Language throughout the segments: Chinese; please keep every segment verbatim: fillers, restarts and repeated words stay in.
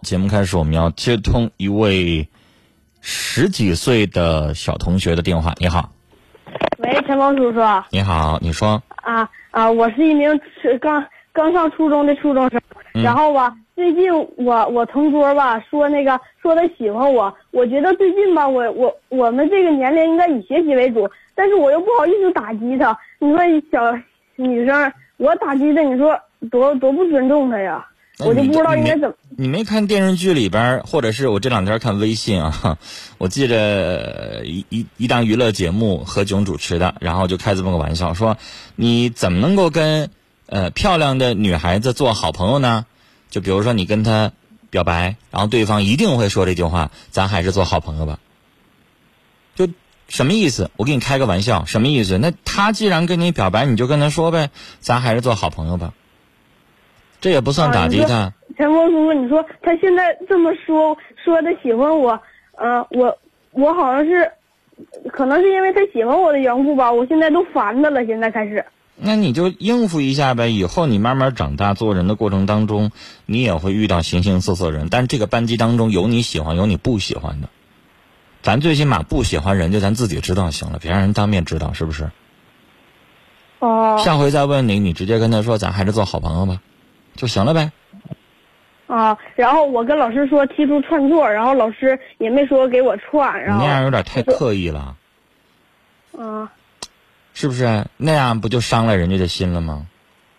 节目开始我们要接通一位十几岁的小同学的电话。你好。 喂，陈峰叔叔。 你好，你说。 啊啊，我是一名刚刚上初中的初中生， 嗯、 然后吧，最近我我同桌吧说那个说他喜欢我，我觉得最近吧，我我我们这个年龄应该以学习为主，但是我又不好意思打击他。你说小女生，我打击他，你说多多不尊重他呀？我就不知道应该怎么。 你没看电视剧里边，或者是我这两天看微信啊，我记着一一一档娱乐节目何炅主持的，然后就开这么个玩笑，说你怎么能够跟呃漂亮的女孩子做好朋友呢？就比如说你跟她表白，然后对方一定会说这句话，咱还是做好朋友吧。就什么意思？我给你开个玩笑，什么意思？那他既然跟你表白，你就跟他说呗，咱还是做好朋友吧。这也不算打击他。 啊、陈峰叔叔，你说他现在这么说，说他喜欢我，呃，我我好像是，可能是因为他喜欢我的缘故吧，我现在都烦他了，现在开始。 那你就应付一下呗，以后你慢慢长大做人的过程当中，你也会遇到形形色色人，但这个班级当中有你喜欢有你不喜欢的，咱最起码不喜欢人就咱自己知道就行了，别让人当面知道，是不是？ 哦。 下回再问你，你直接跟他说咱还是做好朋友吧就行了呗。 啊，然后我跟老师说提出串座，然后老师也没说给我串，然后你那样有点太刻意了。 嗯。 是不是？那样不就伤了人家的心了吗？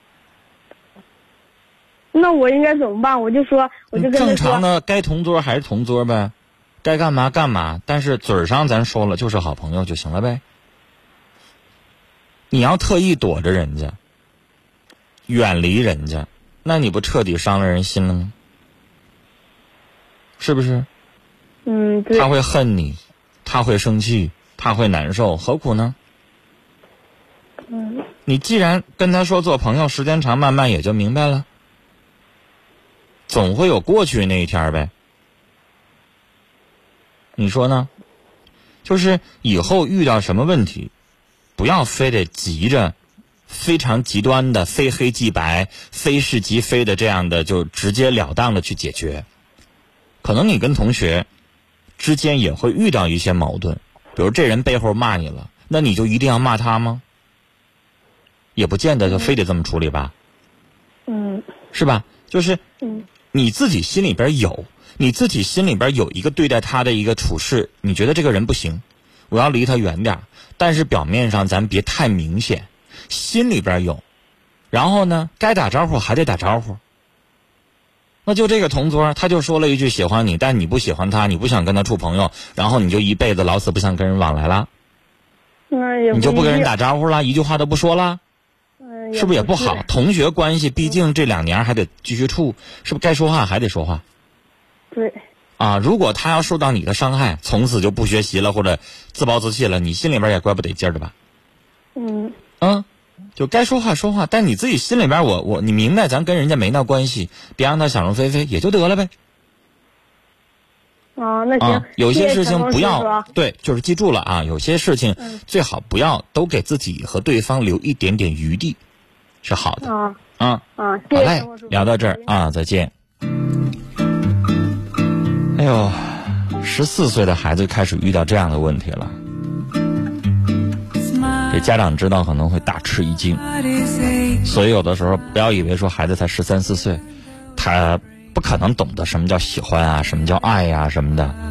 那我应该怎么办？我就说，我就跟他说， 正常的该同桌还是同桌呗，该干嘛干嘛，但是嘴上咱说了就是好朋友就行了呗。你要特意躲着人家，远离人家，那你不彻底伤了人心了吗？是不是？ 嗯，对。 他会恨你，他会生气，他会难受，何苦呢？ 嗯。 你既然跟他说做朋友，时间长慢慢也就明白了，总会有过去那一天呗。你说呢？就是以后遇到什么问题，不要非得急着非常极端的非黑即白非是即非的这样的就直截了当的去解决。可能你跟同学之间也会遇到一些矛盾，比如这人背后骂你了，那你就一定要骂他吗？也不见得就非得这么处理吧。 嗯。 是吧？就是嗯， 你自己心里边有你自己心里边有一个对待他的一个处事，你觉得这个人不行，我要离他远点，但是表面上咱别太明显，心里边有，然后呢该打招呼还得打招呼。那就这个同桌他就说了一句喜欢你，但你不喜欢他，你不想跟他处朋友，然后你就一辈子老死不想跟人往来了， 那也不你就不跟人打招呼了，一句话都不说了， 嗯， 是不是也不好？同学关系毕竟这两年还得继续处，是不是该说话还得说话？ 对。 啊，如果他要受到你的伤害，从此就不学习了或者自暴自弃了，你心里边也怪不得劲儿的吧？ 嗯。 嗯，就该说话说话，但你自己心里边我我你明白咱跟人家没那关系，别让他想入非非也就得了呗。 啊，那行。 啊，有些事情不谢谢要对，就是记住了啊，有些事情最好不要都给自己和对方留一点点余地，是好的。 啊啊啊， 好嘞，聊到这儿啊，再见。哎呦，十四岁的孩子开始遇到这样的问题了，给家长知道可能会大吃一惊。所以有的时候不要以为说孩子才十三四岁，他不可能懂得什么叫喜欢啊，什么叫爱呀、啊、什么的。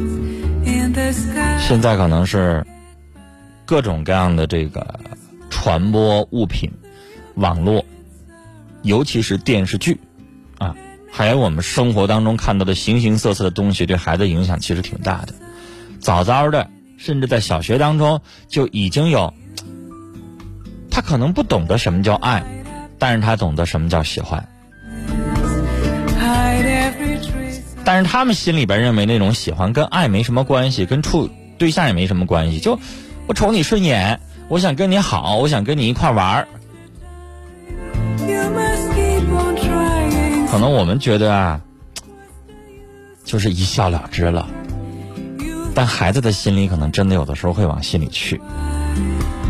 现在可能是各种各样的这个传播物品、网络，尤其是电视剧啊，还有我们生活当中看到的形形色色的东西，对孩子影响其实挺大的。早早的，甚至在小学当中就已经有，他可能不懂得什么叫爱，但是他懂得什么叫喜欢。但是他们心里边认为那种喜欢跟爱没什么关系，跟处对象也没什么关系，就我瞅你顺眼，我想跟你好，我想跟你一块玩。可能我们觉得啊，就是一笑了之了，但孩子的心里可能真的有的时候会往心里去。